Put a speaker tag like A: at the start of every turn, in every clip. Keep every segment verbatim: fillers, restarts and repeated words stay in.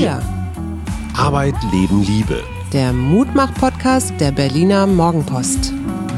A: Wir.
B: Arbeit, Leben, Liebe.
A: Der Mutmach-Podcast der Berliner Morgenpost.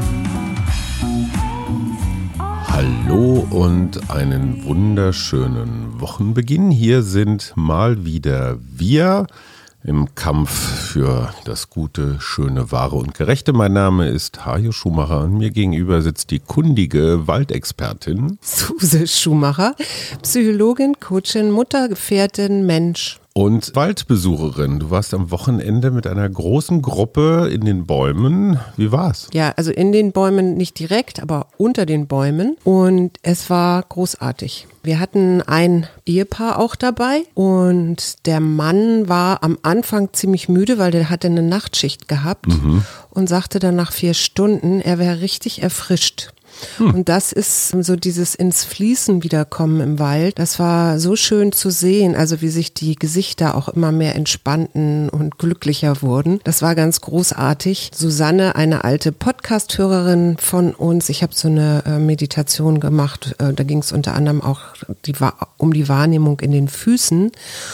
B: Hallo und einen wunderschönen Wochenbeginn. Hier sind mal wieder wir im Kampf für das Gute, Schöne, Wahre und Gerechte. Mein Name ist Hajo Schumacher und mir gegenüber sitzt die kundige Waldexpertin
A: Suse Schumacher, Psychologin, Coachin, Mutter, Gefährtin, Mensch.
B: Und Waldbesucherin. Du warst am Wochenende mit einer großen Gruppe in den Bäumen. Wie war's?
A: Ja, also in den Bäumen nicht direkt, aber unter den Bäumen. Und es war großartig. Wir hatten ein Ehepaar auch dabei und der Mann war am Anfang ziemlich müde, weil der hatte eine Nachtschicht gehabt mhm. und sagte dann nach vier Stunden, er wäre richtig erfrischt. Hm. Und das ist so dieses ins Fließen wiederkommen im Wald. Das war so schön zu sehen, also wie sich die Gesichter auch immer mehr entspannten und glücklicher wurden. Das war ganz großartig. Susanne, eine alte Podcast-Hörerin von uns, ich habe so eine äh, Meditation gemacht, äh, da ging es unter anderem auch die, um die Wahrnehmung in den Füßen.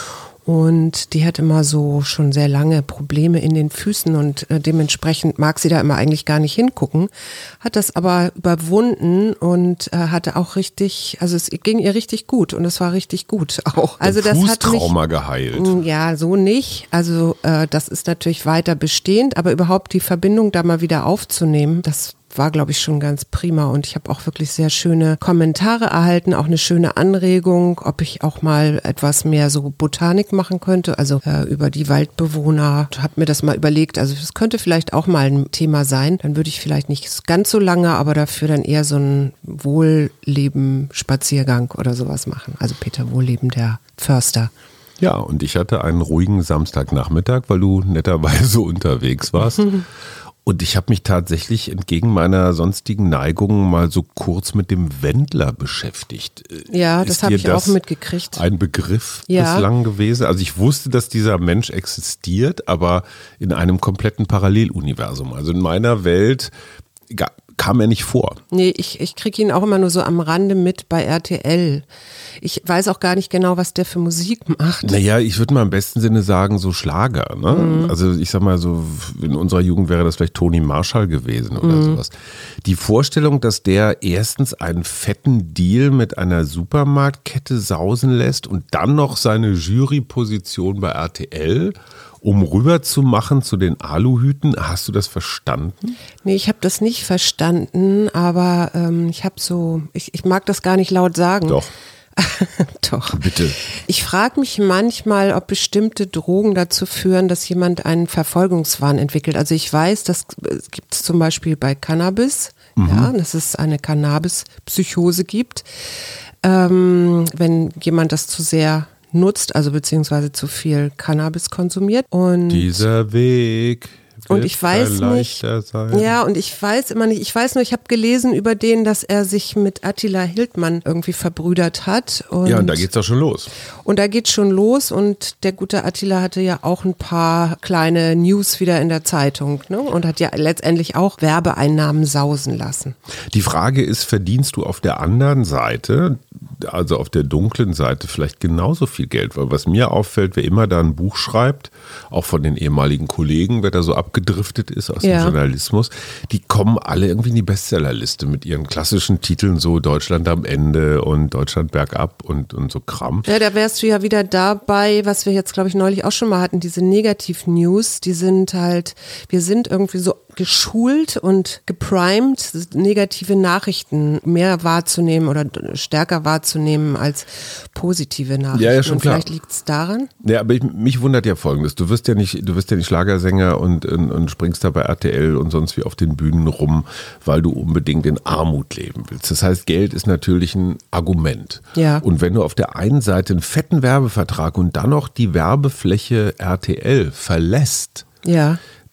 A: Und die hat immer so schon sehr lange Probleme in den Füßen und äh, dementsprechend mag sie da immer eigentlich gar nicht hingucken, hat das aber überwunden und äh, hatte auch richtig, also es ging ihr richtig gut und es war richtig gut auch. Also das hat mich
B: Fußtrauma geheilt.
A: Ja, so nicht. Also äh, das ist natürlich weiter bestehend, aber überhaupt die Verbindung da mal wieder aufzunehmen, das war, glaube ich, schon ganz prima und ich habe auch wirklich sehr schöne Kommentare erhalten, auch eine schöne Anregung, ob ich auch mal etwas mehr so Botanik machen könnte, also äh, über die Waldbewohner. Ich habe mir das mal überlegt, also das könnte vielleicht auch mal ein Thema sein, dann würde ich vielleicht nicht ganz so lange, aber dafür dann eher so einen Wohlleben-Spaziergang oder sowas machen. Also Peter Wohlleben, der Förster.
B: Ja, und ich hatte einen ruhigen Samstagnachmittag, weil du netterweise unterwegs warst. Und ich habe mich tatsächlich entgegen meiner sonstigen Neigung mal so kurz mit dem Wendler beschäftigt.
A: Ja, das habe ich auch mitgekriegt.
B: Ein Begriff
A: ja.
B: bislang gewesen? Also ich wusste, dass dieser Mensch existiert, aber in einem kompletten Paralleluniversum. Also in meiner Welt kam er nicht vor.
A: Nee, ich, ich kriege ihn auch immer nur so am Rande mit bei R T L. Ich weiß auch gar nicht genau, was der für Musik macht.
B: Naja, ich würde mal im besten Sinne sagen, so Schlager. Ne? Mhm. Also ich sag mal so, in unserer Jugend wäre das vielleicht Toni Marshall gewesen oder mhm. sowas. Die Vorstellung, dass der erstens einen fetten Deal mit einer Supermarktkette sausen lässt und dann noch seine Juryposition bei R T L, um rüber zu machen zu den Aluhüten. Hast du das verstanden?
A: Nee, ich habe das nicht verstanden, aber ähm, ich habe so, ich, ich mag das gar nicht laut sagen.
B: Doch.
A: Doch.
B: Bitte.
A: Ich frage mich manchmal, ob bestimmte Drogen dazu führen, dass jemand einen Verfolgungswahn entwickelt. Also ich weiß, das gibt es zum Beispiel bei Cannabis, mhm. ja, dass es eine Cannabis-Psychose gibt. Ähm, wenn jemand das zu sehr nutzt, also beziehungsweise zu viel Cannabis konsumiert. Und
B: dieser Weg
A: und ich weiß nicht,
B: sein.
A: ja, und ich weiß immer nicht, ich weiß nur, ich habe gelesen über den, dass er sich mit Attila Hildmann irgendwie verbrüdert hat. Und
B: ja, und da geht's doch schon los.
A: Und da geht's schon los und der gute Attila hatte ja auch ein paar kleine News wieder in der Zeitung, ne? Und hat ja letztendlich auch Werbeeinnahmen sausen lassen.
B: Die Frage ist, verdienst du auf der anderen Seite, also auf der dunklen Seite, vielleicht genauso viel Geld? Weil was mir auffällt, wer immer da ein Buch schreibt, auch von den ehemaligen Kollegen, wer da so abgedriftet ist aus
A: ja.
B: dem Journalismus, die kommen alle irgendwie in die Bestsellerliste mit ihren klassischen Titeln, so Deutschland am Ende und Deutschland bergab und, und so Kram.
A: Ja, da wärst du ja wieder dabei, was wir jetzt, glaube ich, neulich auch schon mal hatten, diese Negativ-News, die sind halt, wir sind irgendwie so geschult und geprimed, negative Nachrichten mehr wahrzunehmen oder stärker wahrzunehmen als positive Nachrichten.
B: Ja, ja, schon
A: und
B: klar.
A: Vielleicht liegt es daran.
B: Ja, aber ich, mich wundert ja Folgendes. Du wirst ja nicht, du wirst ja nicht Schlagersänger und, und, und springst da bei R T L und sonst wie auf den Bühnen rum, weil du unbedingt in Armut leben willst. Das heißt, Geld ist natürlich ein Argument.
A: Ja.
B: Und wenn du auf der einen Seite einen fetten Werbevertrag und dann noch die Werbefläche R T L verlässt,
A: ja.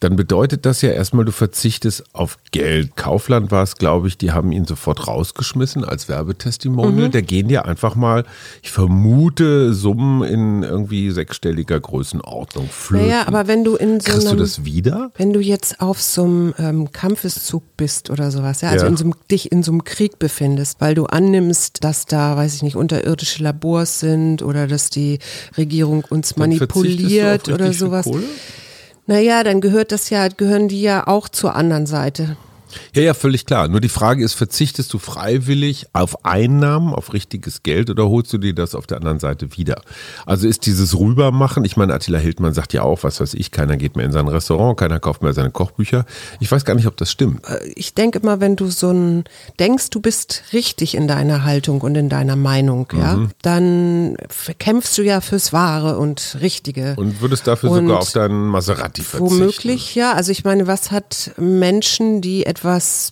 B: dann bedeutet das ja erstmal, du verzichtest auf Geld. Kaufland war es, glaube ich, die haben ihn sofort rausgeschmissen als Werbetestimonial. Mhm. Da gehen dir einfach mal, ich vermute, Summen in irgendwie sechsstelliger Größenordnung flöten.
A: Naja, aber wenn du in so
B: Kriegst
A: einem,
B: du das wieder?
A: Wenn du jetzt auf so einem ähm, Kampfeszug bist oder sowas, ja, also
B: Ja.
A: in so einem, dich in so einem Krieg befindest, weil du annimmst, dass da, weiß ich nicht, unterirdische Labors sind oder dass die Regierung uns
B: Dann
A: manipuliert
B: verzichtest du auf
A: oder
B: richtig viel
A: sowas.
B: Kohle?
A: Naja, dann gehört das ja, gehören die ja auch zur anderen Seite.
B: Ja, ja, völlig klar. Nur die Frage ist, verzichtest du freiwillig auf Einnahmen, auf richtiges Geld oder holst du dir das auf der anderen Seite wieder? Also ist dieses Rübermachen, ich meine, Attila Hildmann sagt ja auch, was weiß ich, keiner geht mehr in sein Restaurant, keiner kauft mehr seine Kochbücher. Ich weiß gar nicht, ob das stimmt.
A: Ich denke immer, wenn du so ein, denkst, du bist richtig in deiner Haltung und in deiner Meinung, ja,
B: Mhm.
A: dann kämpfst du ja fürs Wahre und Richtige.
B: Und würdest dafür
A: Und
B: sogar auf deinen Maserati verzichten?
A: Womöglich, ja. Also ich meine, was hat Menschen, die etwas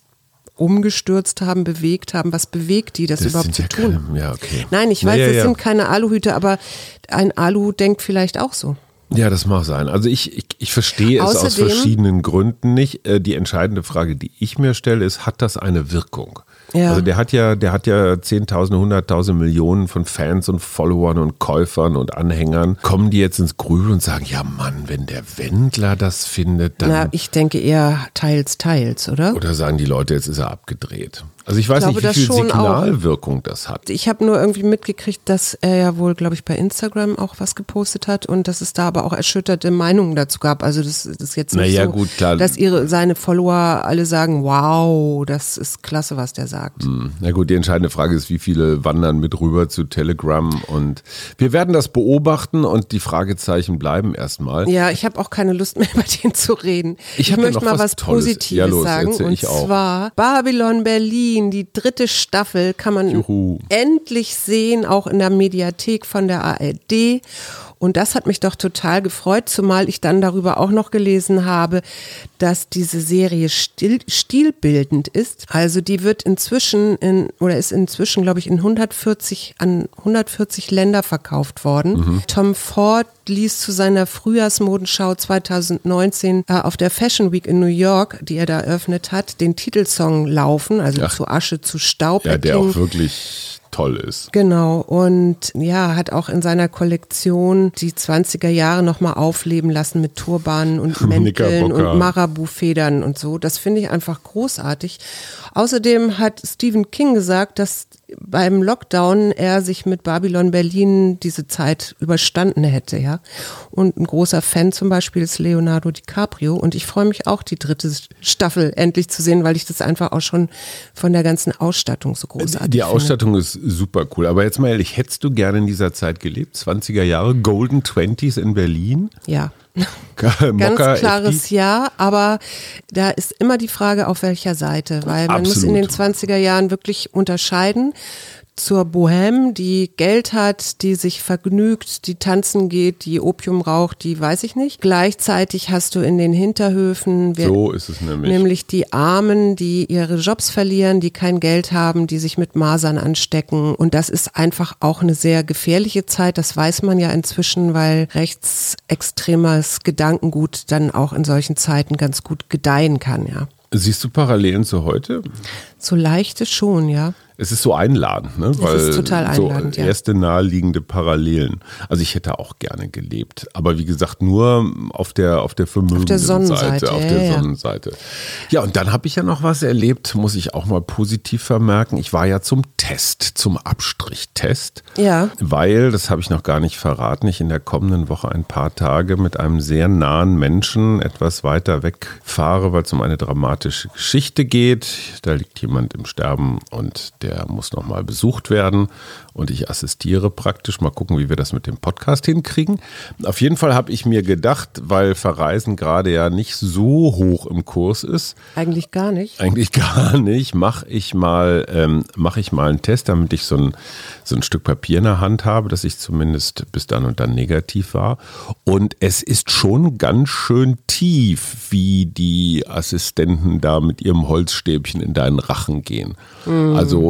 A: umgestürzt haben, bewegt haben, was bewegt die, das,
B: Das
A: überhaupt
B: sind
A: zu
B: ja
A: tun?
B: keine, ja, okay.
A: Nein, ich
B: Ja,
A: weiß,
B: ja,
A: das
B: ja.
A: sind keine Aluhüte, aber ein Aluhut denkt vielleicht auch so.
B: Ja, das mag sein. Also ich, ich, ich verstehe es aus
A: Außerdem-
B: verschiedenen Gründen nicht. Äh, Die entscheidende Frage, die ich mir stelle, ist, hat das eine Wirkung?
A: Ja.
B: Also der hat ja, der hat ja Zehntausende, Hunderttausende Millionen von Fans und Followern und Käufern und Anhängern. Kommen die jetzt ins Grübeln und sagen, ja Mann, wenn der Wendler das findet, dann...
A: Na, ich denke eher teils, teils, oder?
B: Oder sagen die Leute, jetzt ist er abgedreht. Also ich weiß
A: Ich glaube,
B: nicht, wie
A: das
B: viel
A: schon
B: Signalwirkung das hat.
A: Ich habe nur irgendwie mitgekriegt, dass er ja wohl, glaube ich, bei Instagram auch was gepostet hat und dass es da aber auch erschütterte Meinungen dazu gab. Also das, das ist jetzt nicht
B: Naja,
A: so,
B: gut, klar.
A: dass ihre seine Follower alle sagen, wow, das ist klasse, was der sagt.
B: Hm, Na gut, die entscheidende Frage ist, wie viele wandern mit rüber zu Telegram und wir werden das beobachten und die Fragezeichen bleiben erstmal.
A: Ja, ich habe auch keine Lust mehr, über den zu reden.
B: Ich
A: Ich,
B: hab ja
A: möchte
B: noch
A: mal
B: was
A: was
B: Tolles.
A: Positives
B: Ja, los,
A: sagen.
B: erzähl
A: Und
B: ich auch.
A: zwar Babylon Berlin, die dritte Staffel kann man
B: Juhu.
A: endlich sehen, auch in der Mediathek von der A R D. Und das hat mich doch total gefreut, zumal ich dann darüber auch noch gelesen habe, dass diese Serie stil, stilbildend ist. Also die wird inzwischen in, oder ist inzwischen, glaube ich, in hundertvierzig, an hundertvierzig Länder verkauft worden.
B: Mhm.
A: Tom Ford ließ zu seiner Frühjahrsmodenschau zweitausendneunzehn äh, auf der Fashion Week in New York, die er da eröffnet hat, den Titelsong laufen, also
B: Ach.
A: zu Asche zu Staub.
B: Ja, der
A: erklingen.
B: auch wirklich toll ist.
A: Genau, und ja, hat auch in seiner Kollektion die zwanziger Jahre nochmal aufleben lassen mit Turbanen und Mänteln
B: Knickerbocker.
A: und Marabu-Federn und so. Das finde ich einfach großartig. Außerdem hat Stephen King gesagt, dass beim Lockdown er sich mit Babylon Berlin diese Zeit überstanden hätte, ja. Und ein großer Fan zum Beispiel ist Leonardo DiCaprio und ich freue mich auch, die dritte Staffel endlich zu sehen, weil ich das einfach auch schon von der ganzen Ausstattung so großartig
B: Die
A: finde.
B: Ausstattung ist super cool. Aber jetzt mal ehrlich, hättest du gerne in dieser Zeit gelebt? zwanziger Jahre, Golden Twenties in Berlin?
A: Ja.
B: Mokka,
A: Ganz klares
B: F D?
A: Ja, aber da ist immer die Frage, auf welcher Seite, weil man muss in
B: Absolut.
A: den zwanziger Jahren wirklich unterscheiden zur Bohème, die Geld hat, die sich vergnügt, die tanzen geht, die Opium raucht, die weiß ich nicht. Gleichzeitig hast du in den Hinterhöfen wer,
B: So ist es nämlich.
A: nämlich die Armen, die ihre Jobs verlieren, die kein Geld haben, die sich mit Masern anstecken. Und das ist einfach auch eine sehr gefährliche Zeit. Das weiß man ja inzwischen, weil rechtsextremes Gedankengut dann auch in solchen Zeiten ganz gut gedeihen kann, ja.
B: Siehst du Parallelen zu heute?
A: So leichte schon, ja.
B: Es ist so einladend, ne? Weil
A: ist total einladend,
B: so
A: ja.
B: erste naheliegende Parallelen. Also ich hätte auch gerne gelebt, aber wie gesagt nur auf der auf der vermögenden
A: Sonnenseite,
B: Seite, auf
A: ja,
B: der
A: ja.
B: Sonnenseite. Ja, und dann habe ich ja noch was erlebt, muss ich auch mal positiv vermerken. Ich war ja zum Test, zum Abstrichtest,
A: Ja.
B: weil, das habe ich noch gar nicht verraten, ich in der kommenden Woche ein paar Tage mit einem sehr nahen Menschen etwas weiter weg fahre, weil es um eine dramatische Geschichte geht. Da liegt jemand im Sterben und der Der muss nochmal besucht werden und ich assistiere praktisch. Mal gucken, wie wir das mit dem Podcast hinkriegen. Auf jeden Fall habe ich mir gedacht, weil Verreisen gerade ja nicht so hoch im Kurs ist,
A: Eigentlich gar nicht.
B: eigentlich gar nicht, mache ich mal ähm, mache ich mal einen Test, damit ich so ein, so ein Stück Papier in der Hand habe, dass ich zumindest bis dann und dann negativ war. Und es ist schon ganz schön tief, wie die Assistenten da mit ihrem Holzstäbchen in deinen Rachen gehen. Mhm. Also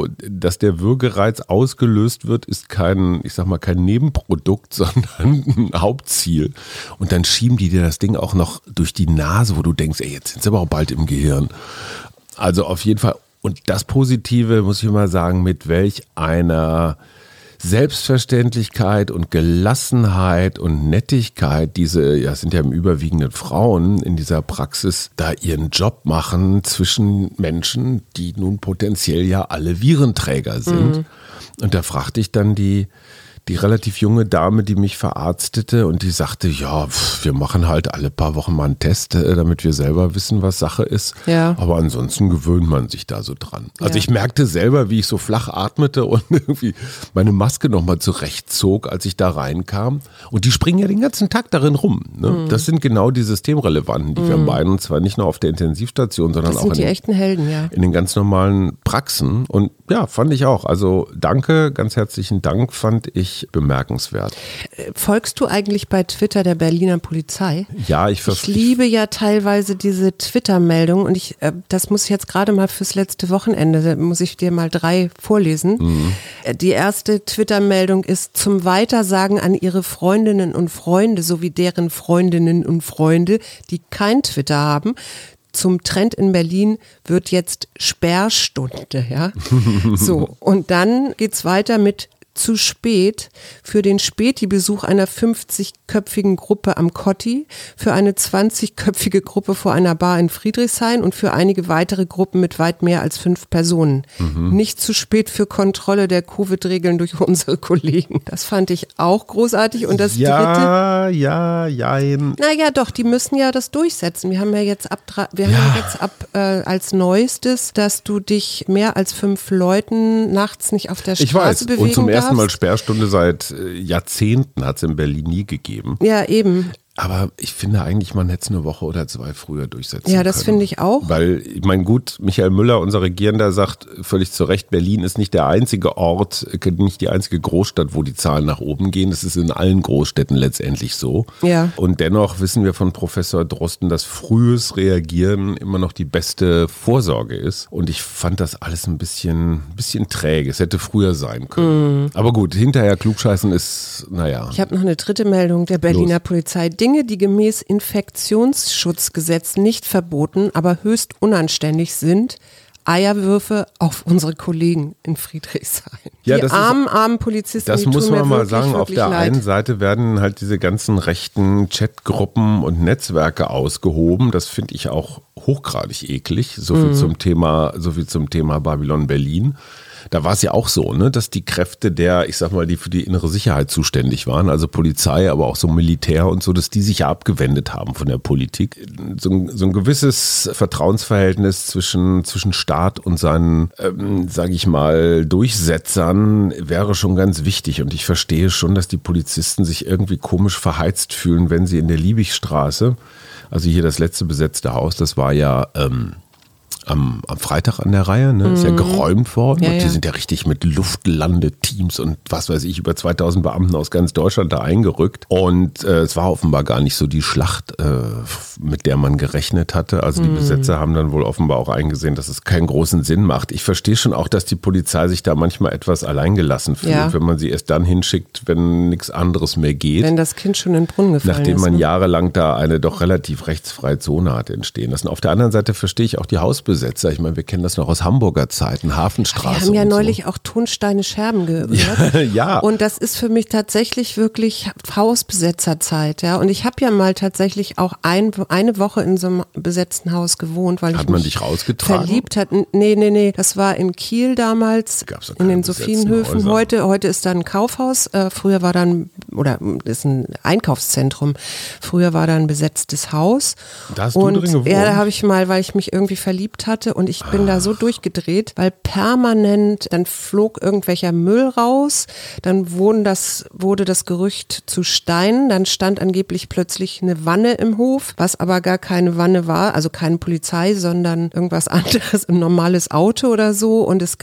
B: dass der Würgereiz ausgelöst wird, ist kein, ich sag mal, kein Nebenprodukt, sondern ein Hauptziel. Und dann schieben die dir das Ding auch noch durch die Nase, wo du denkst, ey, jetzt sind sie aber auch bald im Gehirn. Also auf jeden Fall. Und das Positive, muss ich mal sagen, mit welch einer Selbstverständlichkeit und Gelassenheit und Nettigkeit diese, ja, sind ja im Überwiegenden Frauen in dieser Praxis, da ihren Job machen zwischen Menschen, die nun potenziell ja alle Virenträger sind. Mhm. Und da fragte ich dann die Die relativ junge Dame, die mich verarztete und die sagte, ja, pf, wir machen halt alle paar Wochen mal einen Test, damit wir selber wissen, was Sache ist. Ja. Aber ansonsten gewöhnt man sich da so dran. Also ja. Ich merkte selber, wie ich so flach atmete und irgendwie meine Maske nochmal zurechtzog, als ich da reinkam. Und die springen ja den ganzen Tag darin rum. Ne? Mhm. Das sind genau die Systemrelevanten, die mhm. wir meinen. Und zwar nicht nur auf der Intensivstation, sondern
A: das
B: auch
A: sind die
B: in,
A: echten Helden, ja.
B: in den ganz normalen Praxen. Und ja, fand ich auch. Also danke, ganz herzlichen Dank, fand ich bemerkenswert.
A: Folgst du eigentlich bei Twitter der Berliner Polizei?
B: Ja, ich
A: Ich liebe ja teilweise diese Twitter-Meldungen und ich, das muss ich jetzt gerade mal fürs letzte Wochenende, da muss ich dir mal drei vorlesen. Mhm. Die erste Twitter-Meldung ist: Zum Weitersagen an ihre Freundinnen und Freunde sowie deren Freundinnen und Freunde, die kein Twitter haben. Zum Trend in Berlin wird jetzt Sperrstunde, ja. So, und dann geht's weiter mit: Zu spät für den Späti-Besuch einer fünfzigköpfigen Gruppe am Kotti, für eine zwanzigköpfige Gruppe vor einer Bar in Friedrichshain und für einige weitere Gruppen mit weit mehr als fünf Personen. Mhm. Nicht zu spät für Kontrolle der Covid-Regeln durch unsere Kollegen. Das fand ich auch großartig. Und das
B: ja,
A: dritte.
B: Ja, ja, ja.
A: Naja, doch, die müssen ja das durchsetzen. Wir haben ja jetzt ab, wir ja. haben jetzt ab äh, als Neuestes, dass du dich mehr als fünf Leuten nachts nicht auf der Straße
B: ich weiß.
A: bewegen
B: Und zum
A: darfst.
B: ersten Mal Sperrstunde seit Jahrzehnten hat es in Berlin nie gegeben.
A: Ja, eben.
B: Aber ich finde eigentlich, man hätte es eine Woche oder zwei früher durchsetzen können.
A: Ja, das finde ich auch.
B: Weil, ich meine, gut, Michael Müller, unser Regierender, sagt völlig zu Recht, Berlin ist nicht der einzige Ort, nicht die einzige Großstadt, wo die Zahlen nach oben gehen. Das ist in allen Großstädten letztendlich so. Ja. Und dennoch wissen wir von Professor Drosten, dass frühes Reagieren immer noch die beste Vorsorge ist. Und ich fand das alles ein bisschen, bisschen träge. Es hätte früher sein können. Mm. Aber gut, hinterher klugscheißen ist, naja.
A: Ich habe noch eine dritte Meldung der Berliner Los. Polizei. Dinge, die gemäß Infektionsschutzgesetz nicht verboten, aber höchst unanständig sind: Eierwürfe auf unsere Kollegen in Friedrichshain.
B: Ja,
A: die
B: das
A: armen,
B: ist,
A: armen Polizisten,
B: das
A: die
B: muss
A: tun
B: man
A: mir
B: mal
A: wirklich,
B: sagen. Auf
A: wirklich
B: der
A: leid.
B: einen Seite werden halt diese ganzen rechten Chatgruppen und Netzwerke ausgehoben. Das finde ich auch hochgradig eklig. So viel mhm. zum Thema, so viel zum Thema Babylon Berlin. Da war es ja auch so, ne, dass die Kräfte der, ich sag mal, die für die innere Sicherheit zuständig waren, also Polizei, aber auch so Militär und so, dass die sich ja abgewendet haben von der Politik. So ein, so ein gewisses Vertrauensverhältnis zwischen, zwischen Staat und seinen, ähm, sage ich mal, Durchsetzern wäre schon ganz wichtig. Und ich verstehe schon, dass die Polizisten sich irgendwie komisch verheizt fühlen, wenn sie in der Liebigstraße, also hier das letzte besetzte Haus, das war ja ähm, Am, am Freitag an der Reihe, ne? Ist ja geräumt worden. Ja, und die ja. sind ja richtig mit Luftlandeteams und was weiß ich, über zweitausend Beamten aus ganz Deutschland da eingerückt. Und äh, es war offenbar gar nicht so die Schlacht, äh, mit der man gerechnet hatte. Also die mhm. Besetzer haben dann wohl offenbar auch eingesehen, dass es keinen großen Sinn macht. Ich verstehe schon auch, dass die Polizei sich da manchmal etwas alleingelassen fühlt, ja. wenn man sie erst dann hinschickt, wenn nichts anderes mehr geht.
A: Wenn das Kind schon in den Brunnen gefallen
B: Nachdem
A: ist.
B: Nachdem man
A: ne?
B: jahrelang da eine doch relativ rechtsfreie Zone hat entstehen lassen. Auf der anderen Seite verstehe ich auch die Hausbesetzer. Ich meine, wir kennen das noch aus Hamburger Zeiten, Hafenstraße.
A: Wir haben ja neulich
B: so.
A: auch Tonsteine Scherben gehört.
B: Ja, ja.
A: Und das ist für mich tatsächlich wirklich Hausbesetzerzeit. Ja. Und ich habe ja mal tatsächlich auch ein, eine Woche in so einem besetzten Haus gewohnt, weil
B: hat
A: ich
B: man
A: mich
B: dich rausgetragen?
A: verliebt hat. Nee, nee, nee. Das war in Kiel damals, in den Sophienhöfen. Heute, heute ist da ein Kaufhaus. Äh, früher war dann, oder ist ein Einkaufszentrum. Früher war da ein besetztes Haus.
B: Da hast
A: und
B: du drin gewohnt?
A: Ja, da habe ich mal, weil ich mich irgendwie verliebt hatte und ich bin Ach. da so durchgedreht, weil permanent, dann flog irgendwelcher Müll raus, dann wurden das, wurde das Gerücht zu Steinen, dann stand angeblich plötzlich eine Wanne im Hof, was aber gar keine Wanne war, also keine Polizei, sondern irgendwas anderes, ein normales Auto oder so, und es gab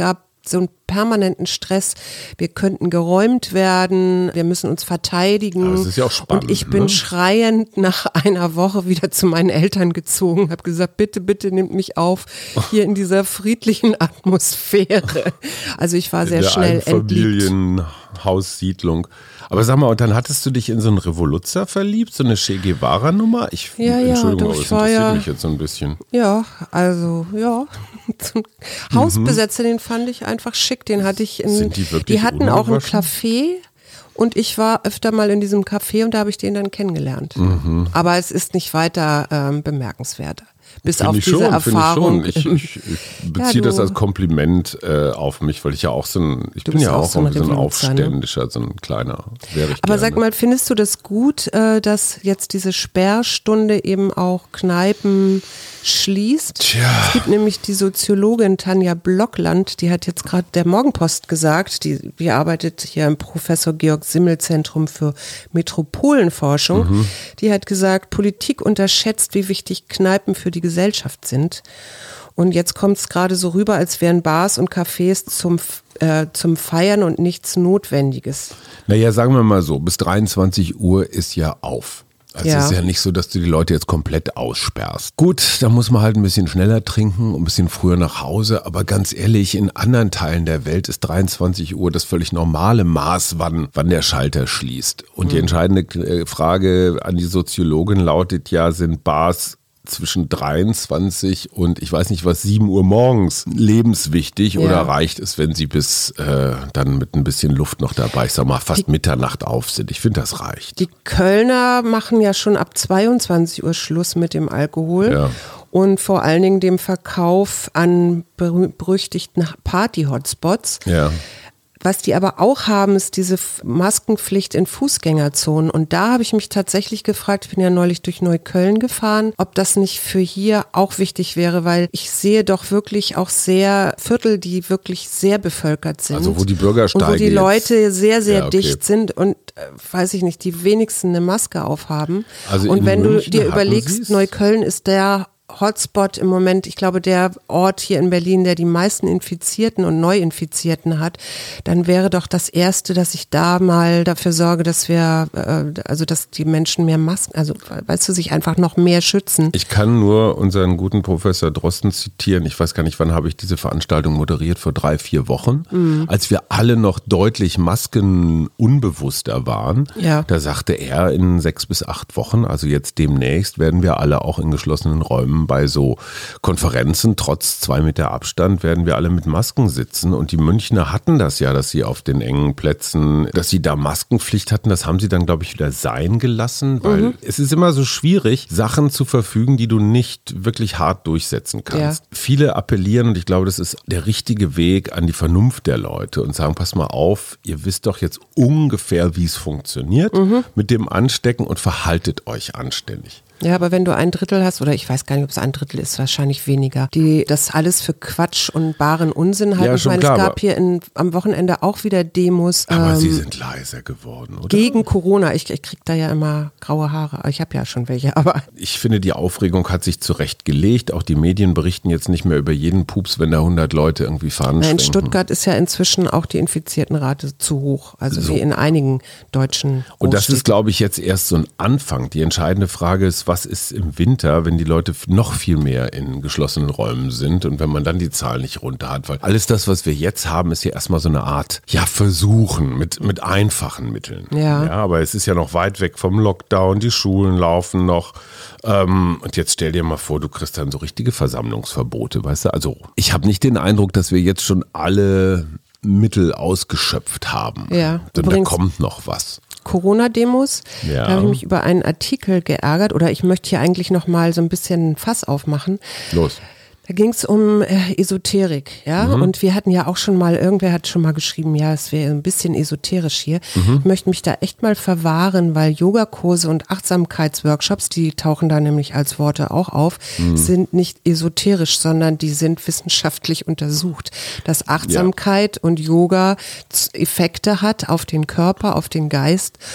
A: so einen permanenten Stress. Wir könnten geräumt werden, wir müssen uns verteidigen.
B: Aber das ist ja auch spannend,
A: und ich bin
B: ne?
A: schreiend nach einer Woche wieder zu meinen Eltern gezogen, habe gesagt, bitte, bitte nehmt mich auf, hier in dieser friedlichen Atmosphäre. Also ich war sehr
B: der
A: schnell entliebt.
B: Einfamilienhaussiedlung. Aber sag mal, und dann hattest du dich in so einen Revoluzzer verliebt, so eine Che Guevara-Nummer? Ich,
A: Ja, ja,
B: Entschuldigung,
A: doch,
B: aber
A: ich
B: das
A: war
B: interessiert
A: ja-
B: mich jetzt so ein bisschen.
A: Ja, also ja. So ein Hausbesetzer, den fand ich einfach schick. Den hatte ich in.
B: Sind die wirklich
A: hatten auch ein
B: ungewaschen?
A: Café und ich war öfter mal in diesem Café und da habe ich den dann kennengelernt.
B: Mhm.
A: Aber es ist nicht weiter ähm, bemerkenswert. Bis
B: Find
A: auf
B: ich
A: diese
B: schon,
A: Erfahrung.
B: Find ich, schon. ich, ich, ich beziehe
A: Ja, du-
B: das als Kompliment äh, auf mich, weil ich ja auch so ein, ich
A: Du
B: bin
A: bist
B: ja
A: auch
B: auch
A: so ein
B: irgendwie so ein
A: Revoluzzer, ne?
B: Aufständischer, so ein kleiner. Wäre ich
A: Aber
B: gerne.
A: sag mal, findest du das gut, äh, dass jetzt diese Sperrstunde eben auch Kneipen schließt?
B: Tja.
A: Es gibt nämlich die Soziologin Tanja Blockland, die hat jetzt gerade der Morgenpost gesagt, die, die arbeitet hier im Professor Georg Simmel Zentrum für Metropolenforschung.
B: Mhm.
A: Die hat gesagt, Politik unterschätzt, wie wichtig Kneipen für die Gesellschaft sind. Und jetzt kommt es gerade so rüber, als wären Bars und Cafés zum, äh, zum Feiern und nichts Notwendiges.
B: Naja, sagen wir mal so, bis dreiundzwanzig Uhr ist ja auf. Also
A: Ja.
B: es ist ja nicht so, dass du die Leute jetzt komplett aussperrst. Gut, da muss man halt ein bisschen schneller trinken und ein bisschen früher nach Hause. Aber ganz ehrlich, in anderen Teilen der Welt ist dreiundzwanzig Uhr das völlig normale Maß, wann, wann der Schalter schließt. Und die entscheidende äh, Frage an die Soziologin lautet ja, sind Bars zwischen dreiundzwanzig und ich weiß nicht was, sieben Uhr morgens lebenswichtig
A: Ja.
B: oder reicht es, wenn sie bis äh, dann mit ein bisschen Luft noch dabei, ich sag mal, fast Mitternacht auf sind? Ich finde, das reicht.
A: Die Kölner machen ja schon ab zweiundzwanzig Uhr Schluss mit dem Alkohol
B: Ja.
A: und vor allen Dingen dem Verkauf an berü- berüchtigten Party-Hotspots.
B: Ja.
A: Was die aber auch haben, ist diese F- Maskenpflicht in Fußgängerzonen. Und da habe ich mich tatsächlich gefragt, ich bin ja neulich durch Neukölln gefahren, ob das nicht für hier auch wichtig wäre, weil ich sehe doch wirklich auch sehr Viertel, die wirklich sehr bevölkert sind.
B: Also wo die Bürgersteige
A: und wo die
B: jetzt-
A: Leute sehr, sehr
B: Ja, okay.
A: dicht sind und, äh, weiß ich nicht, die wenigsten eine Maske aufhaben.
B: Also
A: und
B: in
A: wenn
B: München
A: du dir
B: hatten
A: überlegst,
B: sie's?
A: Neukölln ist der Hotspot im Moment, ich glaube, der Ort hier in Berlin, der die meisten Infizierten und Neuinfizierten hat, dann wäre doch das Erste, dass ich da mal dafür sorge, dass wir, äh, also dass die Menschen mehr Masken, also weißt du, sich einfach noch mehr schützen.
B: Ich kann nur unseren guten Professor Drosten zitieren. Ich weiß gar nicht, wann habe ich diese Veranstaltung moderiert, vor drei, vier Wochen,
A: Mhm.
B: als wir alle noch deutlich maskenunbewusster waren.
A: Ja.
B: Da sagte er, in sechs bis acht Wochen, also jetzt demnächst, werden wir alle auch in geschlossenen Räumen bei so Konferenzen, trotz zwei Meter Abstand, werden wir alle mit Masken sitzen. Und die Münchner hatten das ja, dass sie auf den engen Plätzen, dass sie da Maskenpflicht hatten. Das haben sie dann, glaube ich, wieder sein gelassen, weil
A: Mhm.
B: es ist immer so schwierig, Sachen zu verfügen, die du nicht wirklich hart durchsetzen kannst.
A: Ja.
B: Viele appellieren, und ich glaube, das ist der richtige Weg, an die Vernunft der Leute und sagen, pass mal auf, ihr wisst doch jetzt ungefähr, wie es funktioniert
A: Mhm.
B: mit dem Anstecken und verhaltet euch anständig.
A: Ja, aber wenn du ein Drittel hast, oder ich weiß gar nicht, ob es ein Drittel ist, wahrscheinlich weniger, die das alles für Quatsch und baren Unsinn halten.
B: Ja,
A: ich
B: schon
A: meine,
B: klar,
A: es gab
B: aber-
A: hier in, am Wochenende auch wieder Demos
B: Aber
A: ähm,
B: sie sind leiser geworden, oder?
A: gegen Corona. Ich, ich krieg da ja immer graue Haare. Ich habe ja schon welche, aber
B: Ich finde, die Aufregung hat sich zurechtgelegt. Auch die Medien berichten jetzt nicht mehr über jeden Pups, wenn da hundert Leute irgendwie fahren.
A: in Stuttgart ist ja inzwischen auch die Infiziertenrate zu hoch. Also
B: So.
A: wie in einigen deutschen
B: Und das ist,
A: Großstädten.
B: glaube ich, jetzt erst so ein Anfang. Die entscheidende Frage ist, was ist im Winter, wenn die Leute noch viel mehr in geschlossenen Räumen sind und wenn man dann die Zahl nicht runter hat. Weil alles das, was wir jetzt haben, ist ja erstmal so eine Art, ja, Versuchen mit, mit einfachen Mitteln.
A: Ja.
B: ja. Aber es ist ja noch weit weg vom Lockdown, die Schulen laufen noch. Ähm, und jetzt stell dir mal vor, du kriegst dann so richtige Versammlungsverbote, weißt du? Also ich habe nicht den Eindruck, dass wir jetzt schon alle Mittel ausgeschöpft haben.
A: Ja,
B: Denn da
A: übrigens-
B: kommt noch was.
A: Corona-Demos.
B: Ja.
A: Da habe ich mich über einen Artikel geärgert oder ich möchte hier eigentlich noch mal so ein bisschen ein Fass aufmachen.
B: Los.
A: Da ging es um äh, Esoterik, ja.
B: Mhm.
A: Und wir hatten ja auch schon mal, irgendwer hat schon mal geschrieben, ja, es wäre ein bisschen esoterisch hier.
B: Mhm.
A: Ich möchte mich da echt mal verwahren, weil Yogakurse und Achtsamkeitsworkshops, die tauchen da nämlich als Worte auch auf,
B: Mhm.
A: sind nicht esoterisch, sondern die sind wissenschaftlich untersucht. Dass Achtsamkeit und Yoga z- Effekte hat auf den Körper, auf den Geist.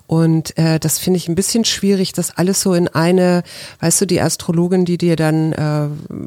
A: Und äh, das finde ich ein bisschen schwierig, das alles so in eine, weißt du, die Astrologin, die dir dann äh,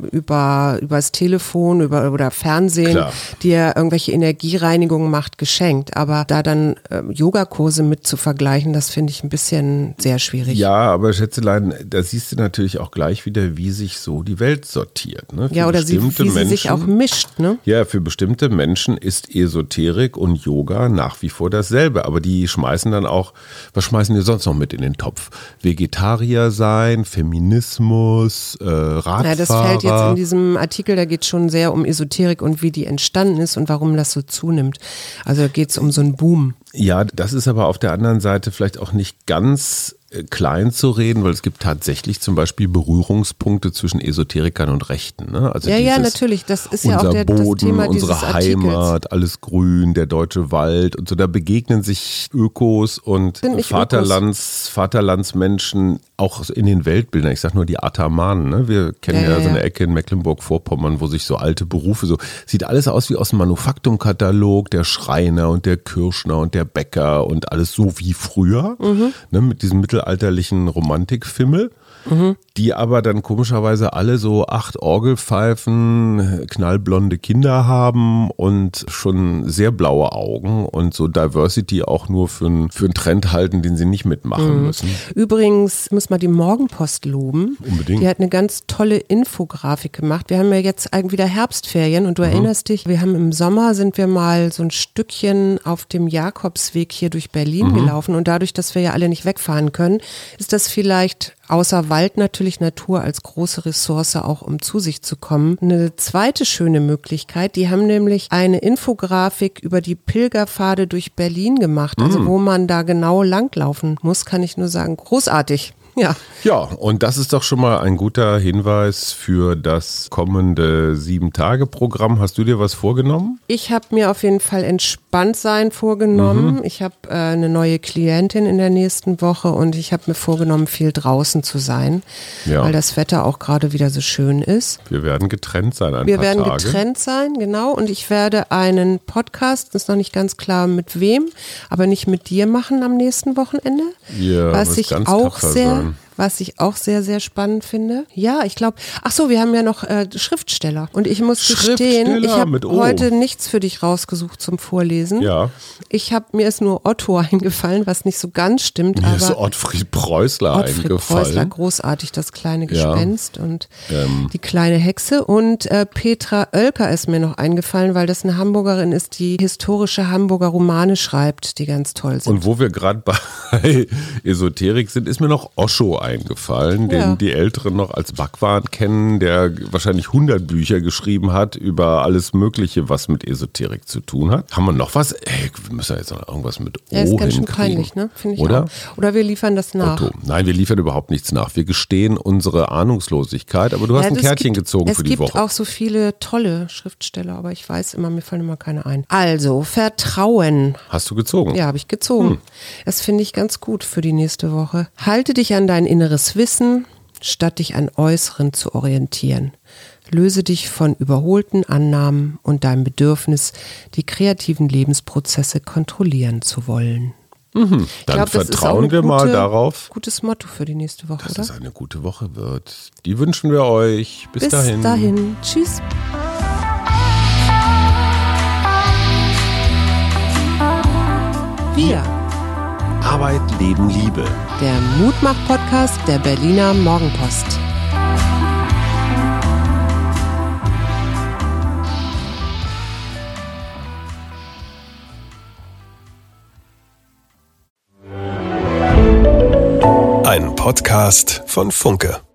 A: über übers Telefon über oder Fernsehen
B: Klar.
A: dir irgendwelche Energiereinigungen macht, geschenkt. Aber da dann äh, Yogakurse mit zu vergleichen, das finde ich ein bisschen sehr schwierig.
B: Ja, aber Schätzelein, da siehst du natürlich auch gleich wieder, wie sich so die Welt sortiert. Ne? Für
A: ja, oder sie, wie sie
B: Menschen,
A: sich auch mischt. Ne?
B: Ja, für bestimmte Menschen ist Esoterik und Yoga nach wie vor dasselbe. Aber die schmeißen dann auch, was schmeißen die sonst noch mit in den Topf? Vegetarier sein, Feminismus, äh, Radfahrer.
A: Ja, das fällt jetzt in diesem Artikel, da geht es schon sehr um Esoterik und wie die entstanden ist und warum das so zunimmt. Also da geht es um so einen Boom.
B: Ja, das ist aber auf der anderen Seite vielleicht auch nicht ganz klein zu reden, weil es gibt tatsächlich zum Beispiel Berührungspunkte zwischen Esoterikern und Rechten. Ne? Also
A: ja,
B: dieses,
A: ja, natürlich. Das ist ja auch der,
B: Boden,
A: das Thema dieses
B: unsere
A: Artikels.
B: Heimat, alles grün, der deutsche Wald und so. Da begegnen sich Ökos und Vaterlands, Ökos. Vaterlandsmenschen auch in den Weltbildern. Ich sag nur die Atamanen. Ne? Wir kennen ja, ja, ja so eine Ecke in Mecklenburg-Vorpommern, wo sich so alte Berufe so, sieht alles aus wie aus dem Manufaktumkatalog, der Schreiner und der Kirschner und der Bäcker und alles so wie früher, mhm. ne? Mit diesem mittelalterlichen Romantikfimmel. Mhm. Die aber dann komischerweise alle so acht Orgelpfeifen, knallblonde Kinder haben und schon sehr blaue Augen und so Diversity auch nur für einen für einen Trend halten, den sie nicht mitmachen mhm. müssen.
A: Übrigens muss man die Morgenpost loben.
B: Unbedingt.
A: Die hat eine ganz tolle Infografik gemacht. Wir haben ja jetzt wieder Herbstferien und du mhm. erinnerst dich, wir haben im Sommer sind wir mal so ein Stückchen auf dem Jakobsweg hier durch Berlin mhm. gelaufen und dadurch, dass wir ja alle nicht wegfahren können, ist das vielleicht außer Wald natürlich Natur als große Ressource auch, um zu sich zu kommen. Eine zweite schöne Möglichkeit, die haben nämlich eine Infografik über die Pilgerpfade durch Berlin gemacht, also mm. wo man da genau langlaufen muss, kann ich nur sagen, großartig. Ja.
B: Ja, und das ist doch schon mal ein guter Hinweis für das kommende Sieben-Tage-Programm. Hast du dir was vorgenommen?
A: Ich habe mir auf jeden Fall entspannt sein vorgenommen. Mhm. Ich habe äh, eine neue Klientin in der nächsten Woche und ich habe mir vorgenommen, viel draußen zu sein, ja. weil das Wetter auch gerade wieder so schön ist.
B: Wir werden getrennt sein ein
A: Wir
B: paar
A: werden
B: Tage.
A: getrennt sein, genau. Und ich werde einen Podcast, ist noch nicht ganz klar mit wem, aber nicht mit dir machen am nächsten Wochenende.
B: Ja,
A: was ich
B: ganz
A: auch sehr
B: sein.
A: Was ich auch sehr, sehr spannend finde. Ja, ich glaube, ach so, wir haben ja noch äh, Schriftsteller. Und ich muss gestehen, ich habe heute nichts für dich rausgesucht zum Vorlesen.
B: Ja.
A: Ich habe, mir ist nur Otto eingefallen, was nicht so ganz stimmt.
B: Mir
A: aber
B: ist Ottfried Preußler
A: Ottfried
B: eingefallen.
A: Preußler, großartig, das kleine Gespenst
B: ja.
A: und
B: ähm.
A: die kleine Hexe. Und äh, Petra Oelker ist mir noch eingefallen, weil das eine Hamburgerin ist, die historische Hamburger Romane schreibt, die ganz toll sind.
B: Und wo wir gerade bei Esoterik sind, ist mir noch Osho eingefallen, den ja. die Älteren noch als Bhagwan kennen, der wahrscheinlich hundert Bücher geschrieben hat über alles Mögliche, was mit Esoterik zu tun hat. Haben wir noch was? Ey, wir müssen ja jetzt noch irgendwas mit O
A: ja, ist ganz
B: hinkriegen.
A: Schön peinlich, ne? Finde ich
B: Oder?
A: Auch. Oder wir liefern das nach.
B: Otto. Nein, wir liefern überhaupt nichts nach. Wir gestehen unsere Ahnungslosigkeit, aber du hast ja, ein Kärtchen
A: gibt,
B: gezogen für die Woche.
A: Es gibt auch so viele tolle Schriftsteller, aber ich weiß immer, mir fallen immer keine ein. Also, Vertrauen.
B: Hast du gezogen?
A: Ja, habe ich gezogen. Hm. Das finde ich ganz gut für die nächste Woche. Halte dich an dein inneres Wissen, statt dich an Äußeren zu orientieren. Löse dich von überholten Annahmen und deinem Bedürfnis, die kreativen Lebensprozesse kontrollieren zu wollen.
B: Mhm. Dann glaub, vertrauen wir gute, mal darauf.
A: Gutes Motto für die nächste Woche,
B: dass
A: oder?
B: es eine gute Woche wird. Die wünschen wir euch. Bis,
A: Bis
B: dahin.
A: Bis dahin. Tschüss. Wir.
B: Arbeit, Leben, Liebe.
A: Der Mutmach-Podcast der Berliner Morgenpost.
C: Ein Podcast von Funke.